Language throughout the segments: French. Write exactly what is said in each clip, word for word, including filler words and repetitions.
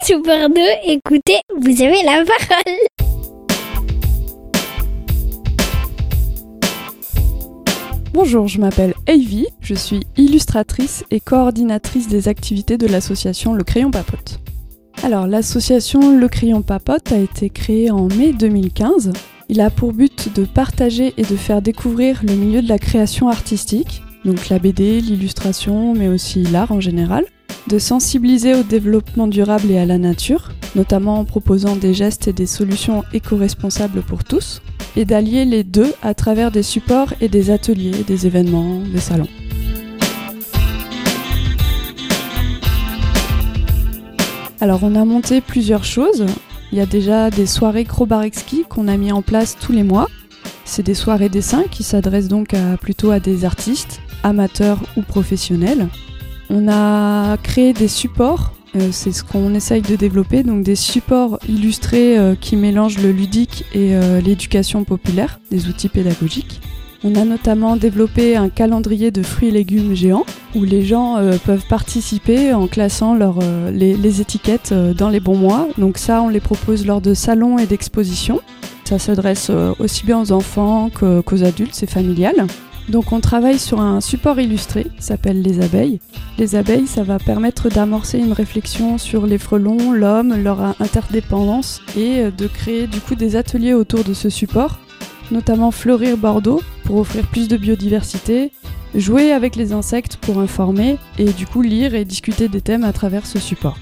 Sous Bordeaux, écoutez, vous avez la parole. Bonjour, je m'appelle Ivy, je suis illustratrice et coordinatrice des activités de l'association Le Crayon Papote. Alors, l'association Le Crayon Papote a été créée en mai deux mille quinze. Il a pour but de partager et de faire découvrir le milieu de la création artistique, donc la B D, l'illustration, mais aussi l'art en général, de sensibiliser au développement durable et à la nature, notamment en proposant des gestes et des solutions éco-responsables pour tous, et d'allier les deux à travers des supports et des ateliers, des événements, des salons. Alors on a monté plusieurs choses. Il y a déjà des soirées Krobarecki qu'on a mis en place tous les mois. C'est des soirées dessins qui s'adressent donc à, plutôt à des artistes, amateurs ou professionnels. On a créé des supports, euh, c'est ce qu'on essaye de développer, donc des supports illustrés euh, qui mélangent le ludique et euh, l'éducation populaire, des outils pédagogiques. On a notamment développé un calendrier de fruits et légumes géants où les gens euh, peuvent participer en classant leur, euh, les, les étiquettes euh, dans les bons mois. Donc ça, on les propose lors de salons et d'expositions. Ça s'adresse euh, aussi bien aux enfants que, qu'aux adultes, c'est familial. Donc on travaille sur un support illustré qui s'appelle Les Abeilles. Les abeilles, ça va permettre d'amorcer une réflexion sur les frelons, l'homme, leur interdépendance et de créer du coup des ateliers autour de ce support, notamment Fleurir Bordeaux pour offrir plus de biodiversité, jouer avec les insectes pour informer et du coup lire et discuter des thèmes à travers ce support.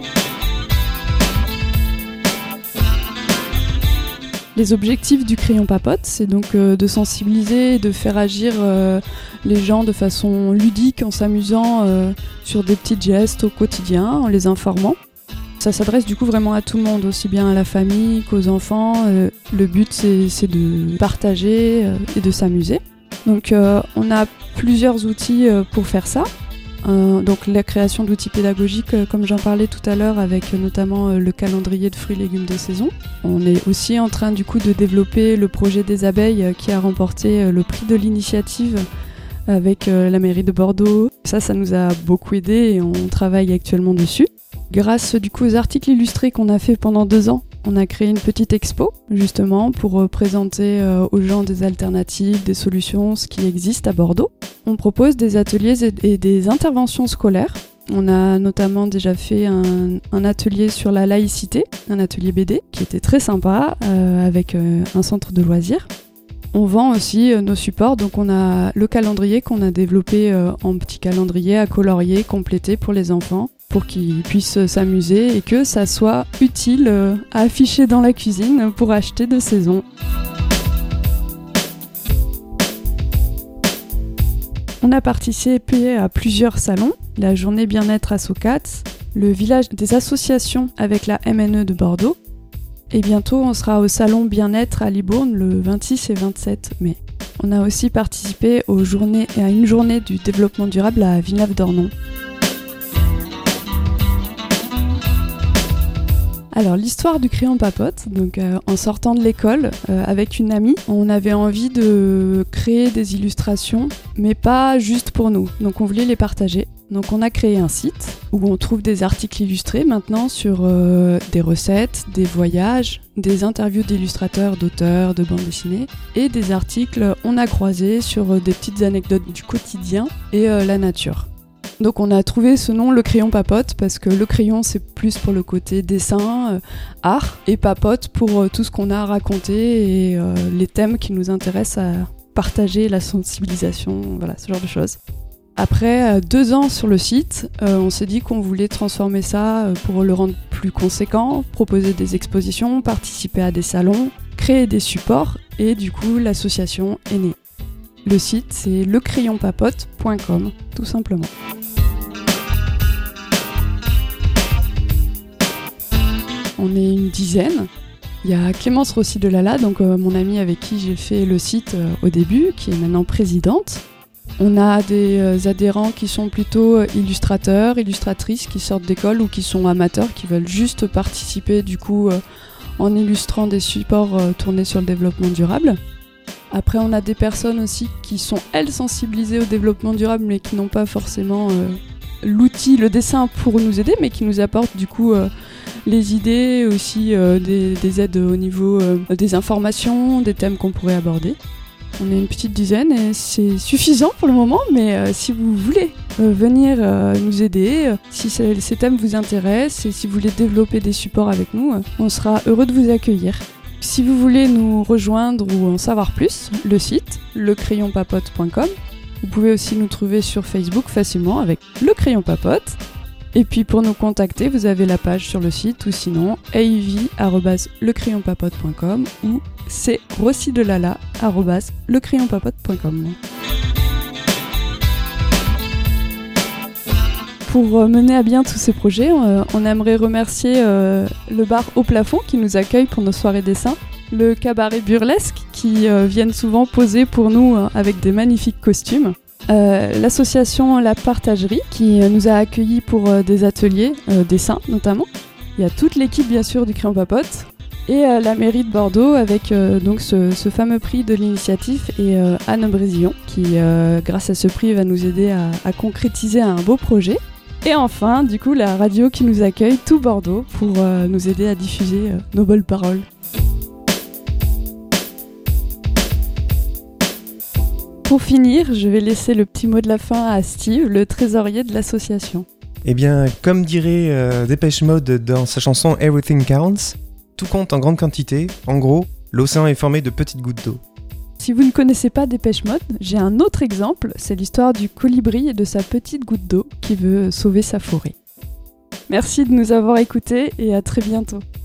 Les objectifs du Crayon Papote, c'est donc euh, de sensibiliser et de faire agir euh, les gens de façon ludique en s'amusant euh, sur des petits gestes au quotidien, en les informant. Ça s'adresse du coup vraiment à tout le monde, aussi bien à la famille qu'aux enfants. Euh, le but c'est, c'est de partager euh, et de s'amuser. Donc euh, on a plusieurs outils euh, pour faire ça. Euh, donc la création d'outils pédagogiques, euh, comme j'en parlais tout à l'heure, avec euh, notamment euh, le calendrier de fruits et légumes de saison. On est aussi en train du coup de développer le projet des abeilles euh, qui a remporté euh, le prix de l'initiative avec euh, la mairie de Bordeaux. Ça, ça nous a beaucoup aidé et on travaille actuellement dessus. Grâce du coup aux articles illustrés qu'on a fait pendant deux ans, on a créé une petite expo justement pour euh, présenter euh, aux gens des alternatives, des solutions, ce qui existe à Bordeaux. On propose des ateliers et des interventions scolaires. On a notamment déjà fait un, un atelier sur la laïcité, un atelier B D qui était très sympa euh, avec euh, un centre de loisirs. On vend aussi euh, nos supports, donc on a le calendrier qu'on a développé euh, en petit calendrier à colorier, complété pour les enfants, pour qu'ils puissent s'amuser et que ça soit utile euh, à afficher dans la cuisine pour acheter de saison. On a participé à plusieurs salons, la journée bien-être à Socats, le village des associations avec la M N E de Bordeaux, et bientôt on sera au salon bien-être à Libourne le vingt-six et vingt-sept mai. On a aussi participé aux journées, à une journée du développement durable à Villeneuve-d'Ornon. Alors l'histoire du Crayon Papote, donc euh, en sortant de l'école euh, avec une amie, on avait envie de créer des illustrations, mais pas juste pour nous, donc on voulait les partager. Donc on a créé un site où on trouve des articles illustrés maintenant sur euh, des recettes, des voyages, des interviews d'illustrateurs, d'auteurs, de bandes dessinées et des articles on a croisés sur euh, des petites anecdotes du quotidien et euh, la nature. Donc on a trouvé ce nom, le Crayon Papote, parce que le crayon c'est plus pour le côté dessin, euh, art, et papote pour euh, tout ce qu'on a à raconter et euh, les thèmes qui nous intéressent à partager, la sensibilisation, voilà, ce genre de choses. Après euh, deux ans sur le site, euh, on s'est dit qu'on voulait transformer ça euh, pour le rendre plus conséquent, proposer des expositions, participer à des salons, créer des supports, et du coup l'association est née. Le site c'est le crayon papote point com, tout simplement. On est une dizaine. Il y a Clémence Rossi de Lala, donc euh, mon amie avec qui j'ai fait le site euh, au début, qui est maintenant présidente. On a des euh, adhérents qui sont plutôt euh, illustrateurs, illustratrices, qui sortent d'école ou qui sont amateurs, qui veulent juste participer du coup euh, en illustrant des supports euh, tournés sur le développement durable. Après, on a des personnes aussi qui sont, elles, sensibilisées au développement durable, mais qui n'ont pas forcément euh, l'outil, le dessin pour nous aider, mais qui nous apporte du coup euh, les idées, aussi euh, des, des aides au niveau euh, des informations, des thèmes qu'on pourrait aborder. On est une petite dizaine et c'est suffisant pour le moment, mais euh, si vous voulez euh, venir euh, nous aider, euh, si ces thèmes vous intéressent et si vous voulez développer des supports avec nous, euh, on sera heureux de vous accueillir. Si vous voulez nous rejoindre ou en savoir plus, le site le crayon papote point com. Vous pouvez aussi nous trouver sur Facebook facilement avec Le Crayon Papote. Et puis pour nous contacter, vous avez la page sur le site ou sinon avy arobase le crayon papote point com ou c rossi-delala arobase le crayon papote point com. Pour mener à bien tous ces projets, on aimerait remercier le bar Au Plafond qui nous accueille pour nos soirées dessin, le cabaret burlesque qui viennent souvent poser pour nous avec des magnifiques costumes, Euh, l'association La Partagerie qui euh, nous a accueillis pour euh, des ateliers euh, dessin notamment. Il y a toute l'équipe bien sûr du Crayon Papote et euh, la mairie de Bordeaux avec euh, donc ce, ce fameux prix de l'initiative et euh, Anne Brésillon qui euh, grâce à ce prix va nous aider à, à concrétiser un beau projet. Et enfin du coup la radio qui nous accueille tout Bordeaux pour euh, nous aider à diffuser euh, nos belles paroles. Pour finir, je vais laisser le petit mot de la fin à Steve, le trésorier de l'association. Eh bien, comme dirait euh, Dépêche Mode dans sa chanson Everything Counts, tout compte en grande quantité. En gros, l'océan est formé de petites gouttes d'eau. Si vous ne connaissez pas Dépêche Mode, j'ai un autre exemple, c'est l'histoire du colibri et de sa petite goutte d'eau qui veut sauver sa forêt. Merci de nous avoir écoutés et à très bientôt.